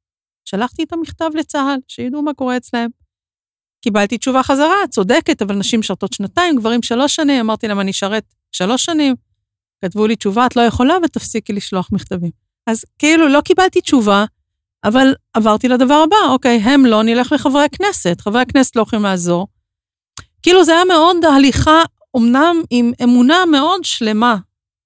שלחתי את המכתב לצהל, שידעו מה קורה אצלהם. קיבלתי תשובה חזרה, צודקת, אבל נשים שרתות 2, גברים 3 שנים, אמרתי להם, אני שרת 3 שנים. כתבו לי תשובה, את לא יכולה ותפסיקי לשלוח מכתבים. אז כאילו לא קיבלתי תשובה, אבל עברתי לדבר הבא, אוקיי, הם לא, נלך לחברי הכנסת, חברי הכנסת לא יכולים לעזור. כאילו זה היה מאוד הליכה, אמנם עם אמונה מאוד שלמה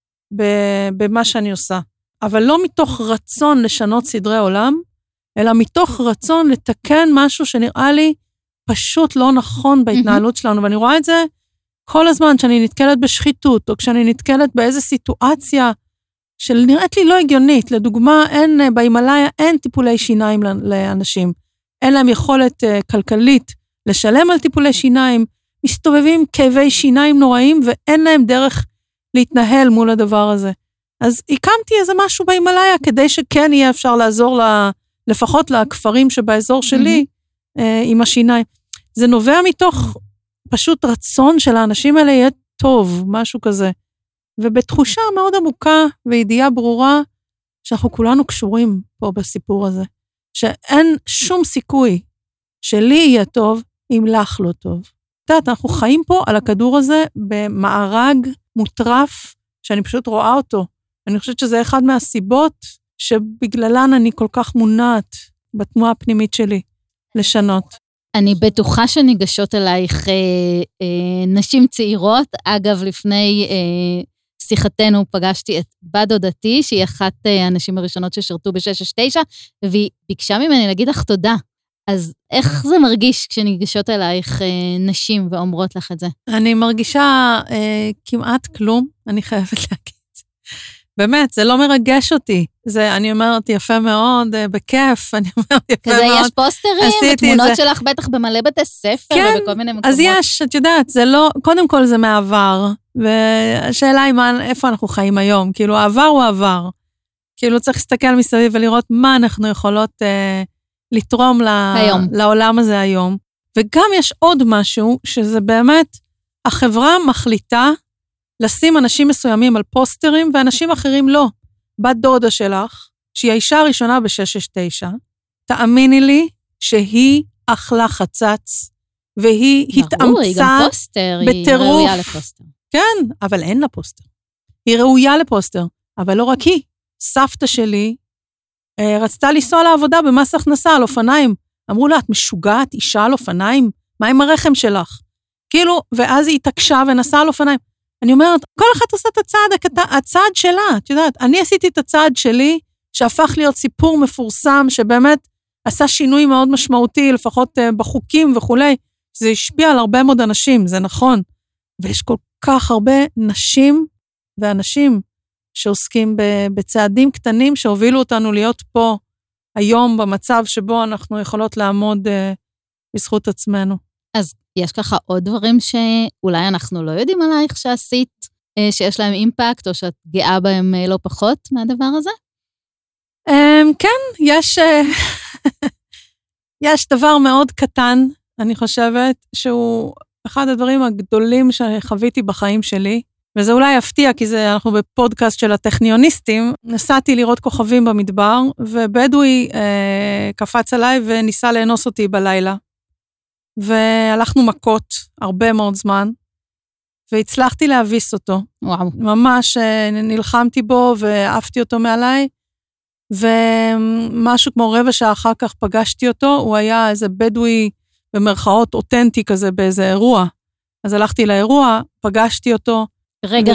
במה שאני עושה, אבל לא מתוך רצון לשנות סדרי עולם, אלא מתוך רצון לתקן משהו שנראה לי פשוט לא נכון בהתנהלות שלנו, ואני רואה את זה כל הזמן, שאני נתקלת בשחיתות, או כשאני נתקלת באיזו סיטואציה שנראית לי לא הגיונית. לדוגמה, בהימלאיה אין טיפולי שיניים לאנשים, אין להם יכולת כלכלית לשלם על טיפולי שיניים, מסתובבים כאבי שיניים נוראים, ואין להם דרך להתנהל מול הדבר הזה. אז הקמתי איזה משהו בהימלאיה, כדי שכן יהיה אפשר לעזור לפחות לכפרים שבאזור שלי, עם השיניים. זה נובע מתוך פשוט רצון של האנשים האלה יהיה טוב, משהו כזה. ובתחושה מאוד עמוקה וידיעה ברורה, שאנחנו כולנו קשורים פה בסיפור הזה. שאין שום סיכוי שלי יהיה טוב, אם לך לא טוב. את יודעת, אנחנו חיים פה על הכדור הזה, במארג מוטרף, שאני פשוט רואה אותו. אני חושבת שזה אחד מהסיבות, שבגללן אני כל כך מונעת, בתנועה הפנימית שלי, לשנות. אני בטוחה שניגשות אלייך נשים צעירות. אגב, לפני שיחתנו פגשתי את בת דודתי, שהיא אחת הנשים הראשונות ששרתו ב-669, והיא ביקשה ממני להגיד לך תודה. אז איך זה מרגיש כשניגשות אלייך נשים ואומרות לך את זה? אני מרגישה כמעט כלום, אני חייבת להגיד. באמת, זה לא מרגש אותי. זה, אני אומרת, יפה מאוד, בכיף, אני אומרת, יפה מאוד. כזה יש פוסטרים, ותמונות שלך בטח במלא בתי ספר, כן, ובכל מיני מקומות. אז יש, את יודעת, זה לא, קודם כל זה מעבר, והשאלה היא איפה אנחנו חיים היום, כאילו, העבר הוא העבר. כאילו, צריך להסתכל מסביב ולראות מה אנחנו יכולות לתרום לעולם הזה היום. וגם יש עוד משהו, שזה באמת, החברה מחליטה, לשים אנשים מסוימים על פוסטרים, ואנשים אחרים לא. בת דודה שלך, שהיא האישה הראשונה ב-669, תאמיני לי שהיא אכלה חצץ, והיא התאמצה בטירוף. היא ראויה לפוסטר. כן, אבל אין לה פוסטר. היא ראויה לפוסטר, אבל לא רק היא. סבתא שלי רצתה לנסוע לעבודה במס הכנסה על אופניים. אמרו לה, את משוגעת, אישה על אופניים? מה עם הרחם שלך? כאילו, ואז היא התעקשה ונסעה על אופניים. אני אומרת, כל אחת עושה את הצעד שלה, את יודעת, אני עשיתי את הצעד שלי, שהפך להיות סיפור מפורסם, שבאמת עשה שינוי מאוד משמעותי, לפחות בחוקים וכולי, זה השפיע על הרבה מאוד אנשים, זה נכון, ויש כל כך הרבה נשים ואנשים שעוסקים בצעדים קטנים, שהובילו אותנו להיות פה היום, במצב שבו אנחנו יכולות לעמוד בזכות עצמנו. אז יש ככה עוד דברים שאולי אנחנו לא יודעים עלייך שעשית, שיש להם אימפקט, או שאת גאה בהם לא פחות מהדבר הזה? כן, יש דבר מאוד קטן, אני חושבת, שהוא אחד הדברים הגדולים שחוויתי בחיים שלי, וזה אולי יפתיע, כי אנחנו בפודקאסט של הטכניוניסטים, נסעתי לראות כוכבים במדבר, ובדואי קפץ עליי וניסה לאנוס אותי בלילה. והלכנו מכות הרבה מאוד זמן, והצלחתי להביס אותו. וואו. ממש נלחמתי בו ועפתי אותו מעליי, ומשהו כמו רבע שעה אחר כך פגשתי אותו, הוא היה איזה בדואי במרכאות אותנטי כזה באיזה אירוע. אז הלכתי לאירוע, פגשתי אותו. רגע.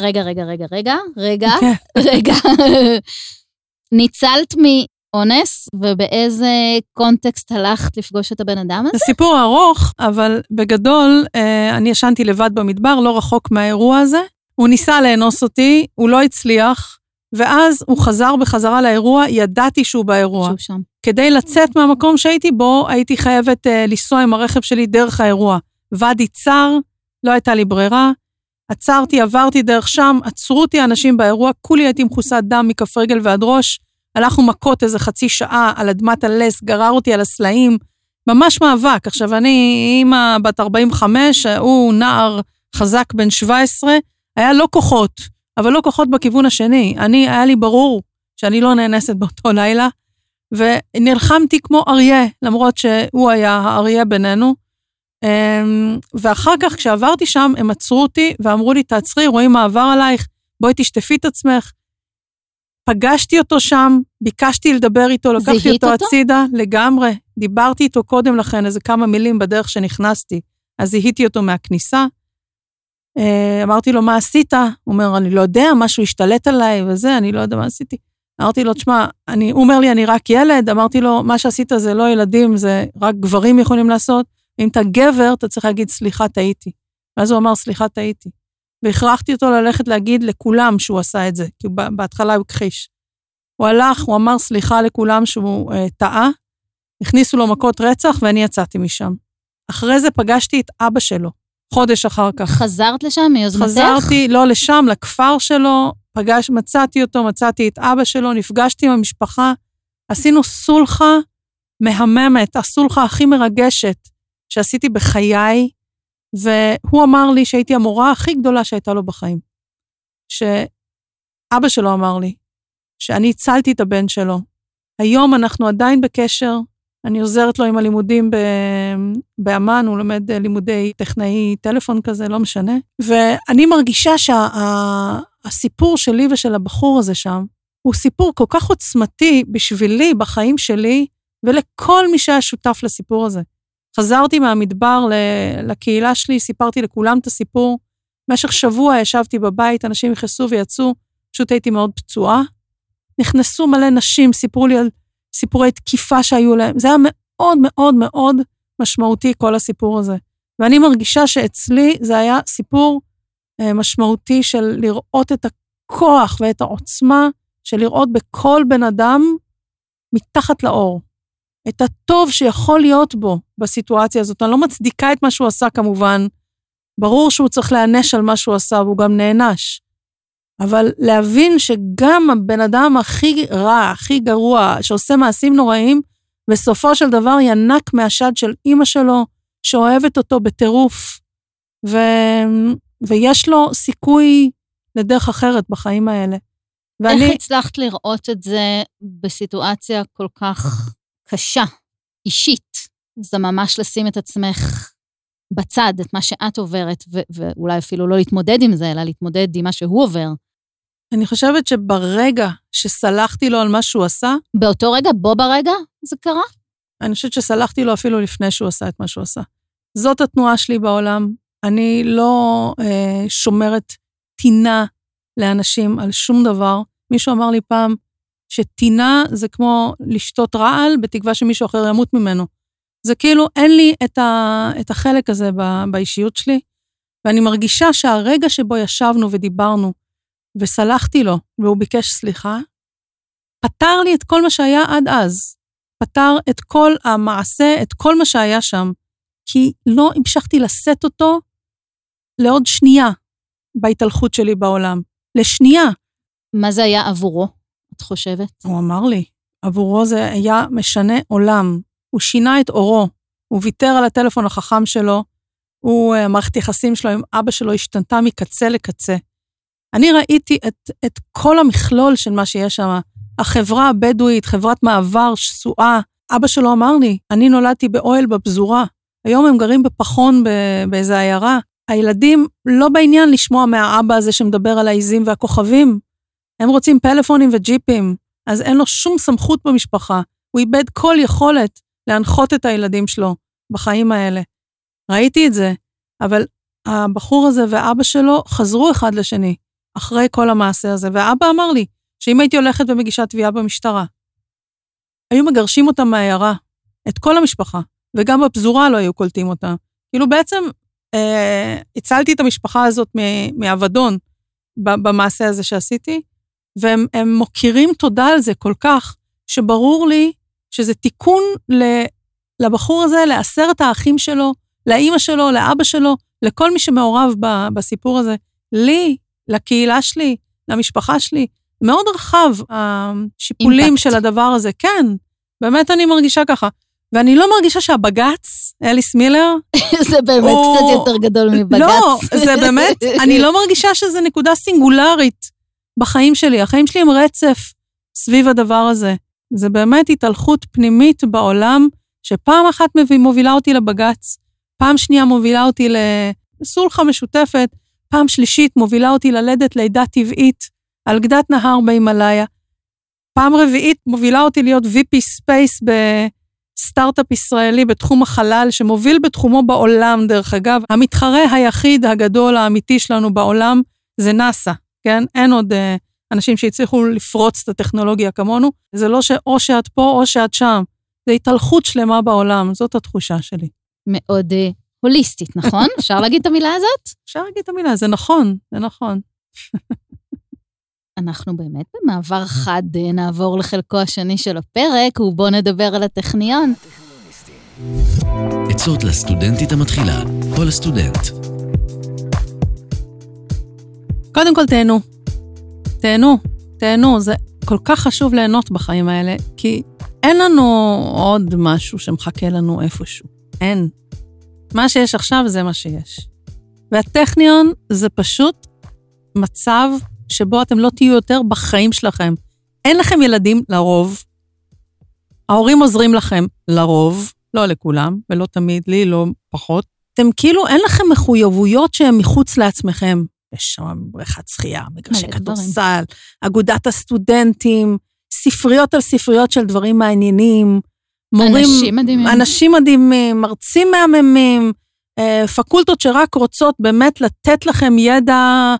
ניצלת אונס, ובאיזה קונטקסט הלכת לפגוש את הבן אדם הזה? זה סיפור ארוך, אבל בגדול, אני ישנתי לבד במדבר, לא רחוק מהאירוע הזה. הוא ניסה לאנוס אותי, הוא לא הצליח, ואז הוא חזר בחזרה לאירוע, ידעתי שהוא באירוע. שהוא שם. כדי לצאת מהמקום שהייתי בו, הייתי חייבת לנסוע עם הרכב שלי דרך האירוע. ואדי צר, לא הייתה לי ברירה, עצרתי, עברתי דרך שם, עצרו אותי אנשים באירוע, כולי הייתי מחוסת דם מכף רגל ועד ראש, הלכנו מכות איזה חצי שעה על אדמת הלס, גרר אותי על הסלעים, ממש מאבק. עכשיו אני אימא בת 45, הוא נער חזק בן 17, היה לא כוחות, אבל לא כוחות בכיוון השני. היה לי ברור שאני לא נאנסת באותו לילה, ונלחמתי כמו אריה, למרות שהוא היה האריה בינינו, ואחר כך כשעברתי שם, הם עצרו אותי ואמרו לי, תעצרי, רואים מה עבר עלייך, בואי תשטפי את עצמך. פגשתי אותו שם, ביקשתי לדבר איתו, לקחתי אותו הצידה, לגמרי, דיברתי איתו קודם לכן, איזה כמה מילים בדרך שנכנסתי, אז זיהיתי אותו מהכניסה, אמרתי לו, מה עשית? הוא אומר, אני לא יודע, משהו השתלט עליי וזה, אני לא יודע מה עשיתי. אמרתי לו, תשמע, הוא אומר לי, אני רק ילד, אמרתי לו, מה שעשית זה לא ילדים, זה רק גברים יכולים לעשות, אם אתה גבר, אתה צריך להגיד, סליחה, טעיתי. ואז הוא אמר, סליחה, טעיתי. והכרחתי אותו ללכת להגיד לכולם שהוא עשה את זה, כי בהתחלה הוא הכחיש. הוא הלך, הוא אמר סליחה לכולם שהוא טעה, הכניסו לו מכות רצח, ואני יצאתי משם. אחרי זה פגשתי את אבא שלו, חודש אחר כך. חזרת לשם מיוזמתך? חזרתי, לא לשם, לכפר שלו, מצאתי אותו, מצאתי את אבא שלו, נפגשתי עם המשפחה, עשינו סולחה מהממת, הסולחה הכי מרגשת שעשיתי בחיי, והוא אמר לי שהייתי המורה הכי גדולה שהייתה לו בחיים. שאבא שלו אמר לי, שאני הצלתי את הבן שלו. היום אנחנו עדיין בקשר, אני עוזרת לו עם הלימודים באמן, הוא לומד לימודי טכנאי טלפון כזה, לא משנה. ואני מרגישה שהסיפור שלי ושל הבחור הזה שם, הוא סיפור כל כך עוצמתי בשבילי, בחיים שלי, ולכל מי שהיה שותף לסיפור הזה. חזרתי מהמדבר לקהילה שלי, סיפרתי לכולם את הסיפור. במשך שבוע ישבתי בבית, אנשים נכנסו ויצאו, פשוט הייתי מאוד פצועה. נכנסו מלא נשים, סיפרו לי על סיפורי תקיפה שהיו להם. זה היה מאוד מאוד מאוד משמעותי, כל הסיפור הזה. ואני מרגישה שאצלי זה היה סיפור משמעותי של לראות את הכוח ואת העוצמה, של לראות בכל בן אדם מתחת לאור. את הטוב שיכול להיות בו בסיטואציה הזאת. אני לא מצדיקה את מה שהוא עשה כמובן. ברור שהוא צריך להיענש על מה שהוא עשה, והוא גם נענש. אבל להבין שגם הבן אדם הכי רע, הכי גרוע, שעושה מעשים נוראים, בסופו של דבר ינק מהשד של אמא שלו, שאוהבת אותו בטירוף, ויש לו סיכוי לדרך אחרת בחיים האלה. איך הצלחת לראות את זה בסיטואציה כל כך קשה, אישית? זה ממש לשים את עצמך בצד, את מה שאת עוברת, ואולי אפילו לא להתמודד עם זה, אלא להתמודד עם מה שהוא עובר. אני חושבת שברגע שסלחתי לו על מה שהוא עשה, באותו רגע, בו ברגע, זה קרה? אני חושבת שסלחתי לו אפילו לפני שהוא עשה את מה שהוא עשה. זאת התנועה שלי בעולם. אני לא שומרת טינה לאנשים על שום דבר. מישהו אמר לי פעם שטינה זה כמו לשתות רעל, בתקווה שמישהו אחר ימות ממנו. זה כאילו אין לי את החלק הזה באישיות שלי, ואני מרגישה שהרגע שבו ישבנו ודיברנו, וסלחתי לו, והוא ביקש סליחה, פתר לי את כל מה שהיה עד אז. פתר את כל המעשה, את כל מה שהיה שם, כי לא המשכתי לשאת אותו לעוד שנייה בהתהלכות שלי בעולם. לשנייה. מה זה היה עבורו, את חושבת? הוא אמר לי, עבורו זה היה משנה עולם. הוא שינה את אורו, הוא ויתר על הטלפון החכם שלו, מערכת יחסים שלו עם אבא שלו השתנתה מקצה לקצה. אני ראיתי את כל המכלול של מה שיש שם, החברה הבדואית, חברת מעבר, שסועה. אבא שלו אמר לי, אני נולדתי באוהל בפזורה, היום הם גרים בפחון באיזה עיירה. הילדים לא בעניין לשמוע מהאבא הזה שמדבר על העיזים והכוכבים, הם רוצים פלאפונים וג'יפים, אז אין לו שום סמכות במשפחה, הוא איבד כל יכולת להנחות את הילדים שלו בחיים האלה. ראיתי את זה, אבל הבחור הזה ואבא שלו חזרו אחד לשני, אחרי כל המעשה הזה, ואבא אמר לי, שאם הייתי הולכת ומגישה תביעה במשטרה, היו מגרשים אותם מהעיירה, את כל המשפחה, וגם בפזורה לא היו קולטים אותם. כאילו בעצם הצלתי את המשפחה הזאת מעבדון במעשה הזה שעשיתי, והם מוקירים תודה על זה כל כך, שברור לי שזה תיקון לבחור הזה, לעשר את האחים שלו, לאמא שלו, לאבא שלו, לכל מי שמעורב בסיפור הזה, לי, לקהילה שלי, למשפחה שלי, מאוד רחב השיפולים של הדבר הזה, כן, באמת אני מרגישה ככה, ואני לא מרגישה שהבגץ, אליס מילר, זה באמת קצת יותר גדול מבגץ. לא, זה באמת, אני לא מרגישה שזה נקודה סינגולרית בחיים שלי, החיים שלי הם רצף סביב הדבר הזה, זה באמת התהלכות פנימית בעולם, שפעם אחת מובילה אותי לבגץ, פעם שנייה מובילה אותי לסולחה משותפת, פעם שלישית מובילה אותי ללדת לידה טבעית, על גדת נהר בהימלאיה, פעם רביעית מובילה אותי להיות VP Space בסטארט-אפ ישראלי בתחום החלל, שמוביל בתחומו בעולם, דרך אגב. המתחרה היחיד הגדול האמיתי שלנו בעולם, זה נאסא, כן? אין עוד אנשים שהצליחו לפרוץ את הטכנולוגיה כמונו. זה לא שאו שאת פה או שאת שם. זה התהלכות שלמה בעולם, זאת התחושה שלי. מאוד הוליסטית, נכון? אפשר להגיד את המילה הזאת? אפשר להגיד את המילה, זה נכון, זה נכון. אנחנו באמת במעבר חד נעבור לחלקו השני של הפרק, ובוא נדבר על הטכניון. עצות לסטודנטית המתחילה, או לסטודנט. קודם כל תהנו. תהנו, זה כל כך חשוב ליהנות בחיים האלה, כי אין לנו עוד משהו שמחכה לנו איפשהו. אין. מה שיש עכשיו זה מה שיש. והטכניון זה פשוט מצב שבו אתם לא תהיו יותר בחיים שלכם. אין לכם ילדים לרוב. ההורים עוזרים לכם לרוב, לא לכולם, ולא תמיד, לי לא פחות. אתם כאילו, אין לכם מחויבויות שהן מחוץ לעצמכם. יש שם בריכת שחייה, מגרשי כדורסל, אגודת הסטודנטים, ספריות על ספריות של דברים מעניינים, מורים, אנשים מדהימים, מרצים מהממים, פקולטות שרק רוצות באמת לתת לכם ידע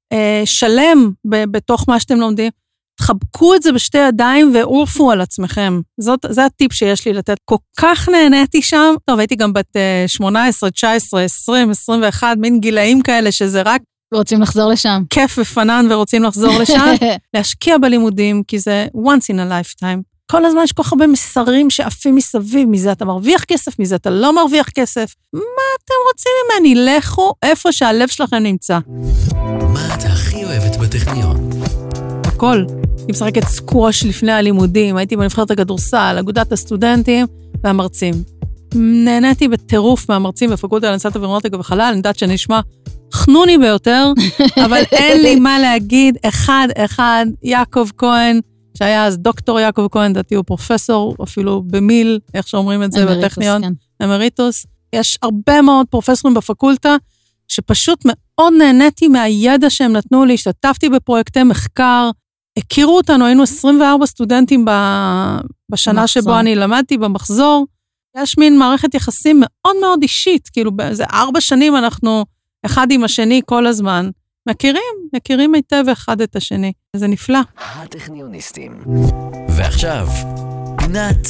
שלם בתוך מה שאתם לומדים. תחבקו את זה בשתי ידיים ועורפו על עצמכם. זה הטיפ שיש לי לתת. כל כך נהניתי שם. טוב, הייתי גם בת 18, 19, 20, 21, מין גילאים כאלה שזה רק רוצים לחזור לשם. כיף ופנן ורוצים לחזור לשם. להשקיע בלימודים, כי זה once in a lifetime. כל הזמן יש כל כך הרבה מסרים שעפים מסביב, מזה אתה מרוויח כסף, מזה אתה לא מרוויח כסף. מה אתם רוצים ממני? לכו איפה שהלב שלכם נמצא. מה את הכי אוהבת בטכניון? הכל. אני משחקת סקווש לפני הלימודים, הייתי בנבחרת הכדורסל, אגודת הסטודנטים והמרצים. נהניתי בטירוף מהמרצים בפקולטה להנדסת אווירונאוטיקה וחלל, אני יודעת שנשמע חנוני ביותר, אבל אין לי מה להגיד. אחד, יעקב כהן, שהיה אז דוקטור יעקב כהן, דעתי הוא פרופסור, אפילו במיל, איך שאומרים את זה בטכניון, אמריטוס. יש הרבה מאוד פרופסורים בפקולטה, שפשוט מאוד נהניתי מהידע שהם נתנו לי, השתתפתי בפרויקטי מחקר, הכירו אותנו, היינו 24 סטודנטים בשנה שבו אני למדתי במחזור, יש מין מערכת יחסים מאוד מאוד אישית, כאילו זה 4 שנים אנחנו אחד עם השני כל הזמן, מכירים היטב אחד את השני, זה נפלא. הטכניוניסטים. ועכשיו, פינת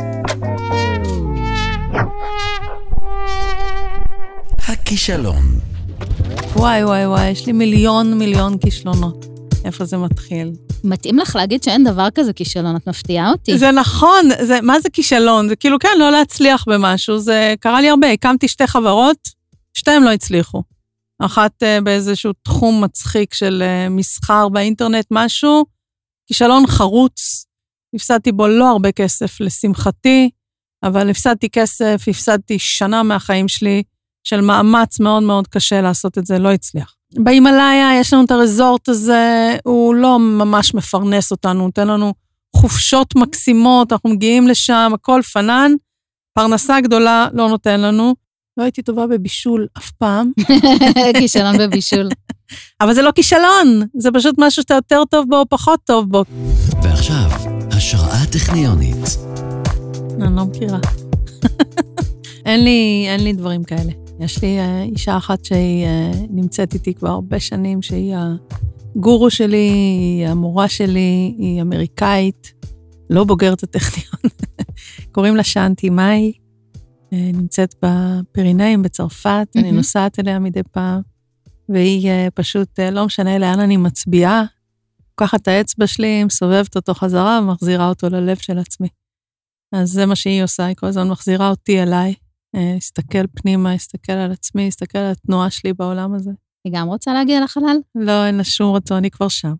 הכישלון. וואי, יש לי מיליון כישלונות. איפה זה מתחיל? מתאים לך להגיד שאין דבר כזה כישלון, את מפתיעה אותי. זה נכון, מה זה כישלון? זה כאילו, כן, לא להצליח במשהו, זה קרה לי הרבה, הקמתי 2 חברות, 2 לא הצליחו. אחת באיזשהו תחום מצחיק של מסחר באינטרנט, משהו, כישלון חרוץ, הפסדתי בו לא הרבה כסף, לשמחתי, אבל הפסדתי כסף, הפסדתי שנה מהחיים שלי, של מאמץ מאוד מאוד קשה לעשות את זה, לא הצליח. בהימלאיה יש לנו את הרזורט הזה, הוא לא ממש מפרנס אותנו, הוא נותן לנו חופשות מקסימות, אנחנו מגיעים לשם, הכל פנן, פרנסה גדולה לא נותן לנו, לא הייתי טובה בבישול אף פעם. כישלון בבישול. אבל זה לא כישלון, זה פשוט משהו שאתה יותר טוב בו או פחות טוב בו. ועכשיו, השראה טכניונית. אני לא מכירה. אין לי דברים כאלה. יש לי אישה אחת שהיא נמצאת איתי כבר הרבה שנים, שהיא הגורו שלי, היא המורה שלי, היא אמריקאית, לא בוגרת הטכניון. קוראים לה שאנטי מאי, נמצאת בפרינאים בצרפת, אני נוסעת אליה מדי פעם, והיא פשוט לא משנה לאן אני מצביעה, לוקחת את האצבע שלי, מסובבת אותו חזרה ומחזירה אותו ללב של עצמי. אז זה מה שהיא עושה, היא כל הזמן מחזירה אותי אליי, הסתכל פנימה, הסתכל על עצמי, הסתכל על התנועה שלי בעולם הזה. היא גם רוצה להגיע לחלל? לא, אין לה שום רצון, אני כבר שם.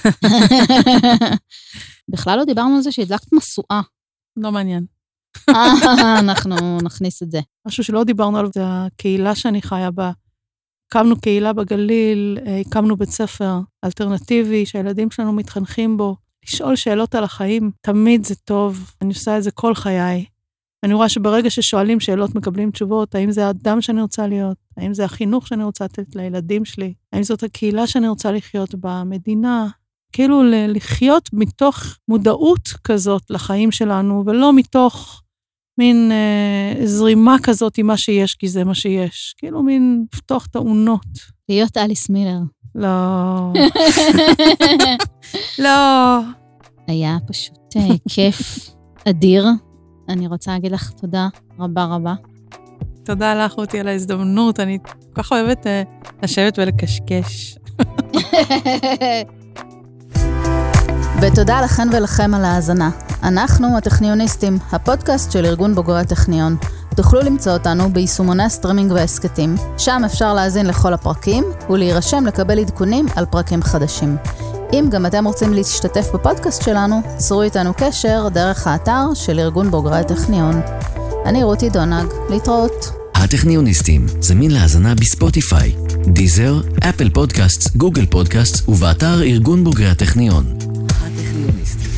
בכלל לא דיברנו על זה שהדלקת משואה. לא מעניין. אנחנו נכניס את זה. משהו שלא דיברנו עליו, זה הקהילה שאני חיה בה. הקמנו קהילה בגליל, הקמנו בית ספר אלטרנטיבי, שהילדים שלנו מתחנכים בו. לשאול שאלות על החיים, תמיד זה טוב, אני עושה את זה כל חיי. אני רואה שברגע ששואלים שאלות מקבלים תשובות, האם זה האדם שאני רוצה להיות, האם זה החינוך שאני רוצה לתת לילדים שלי, האם זאת הקהילה שאני רוצה לחיות במדינה, כאילו לחיות מתוך מודעות כזאת לחיים שלנו, ולא מתוך מין זרימה כזאת עם מה שיש, כי זה מה שיש. כאילו מין לפתוח תאונות. להיות אליס מילר. לא. לא. היה פשוט כיף אדיר. אני רוצה להגיד לך תודה רבה רבה. תודה לך אותי על ההזדמנות, אני כל כך אוהבת לשבת ולקשקש. ותודה לכן ולכם על ההאזנה. אנחנו הטכניוניסטים, הפודקאסט של ארגון בוגרי הטכניון. תוכלו למצוא אותנו ביישומוני הסטרימינג והעסקטים, שם אפשר להאזין לכל הפרקים ולהירשם לקבל עדכונים על פרקים חדשים. אם גם אתם רוצים להשתתף בפודקאסט שלנו, צרו איתנו קשר דרך האתר של ארגון בוגרי הטכניון. אני רותי דונג, להתראות. הטכניוניסטים זמין להאזנה בספוטיפיי, דיזר, אפל פודקאסט, גוגל פודקאסט ובאתר ארגון בוגרי הטכניון. הטכניוניסטים.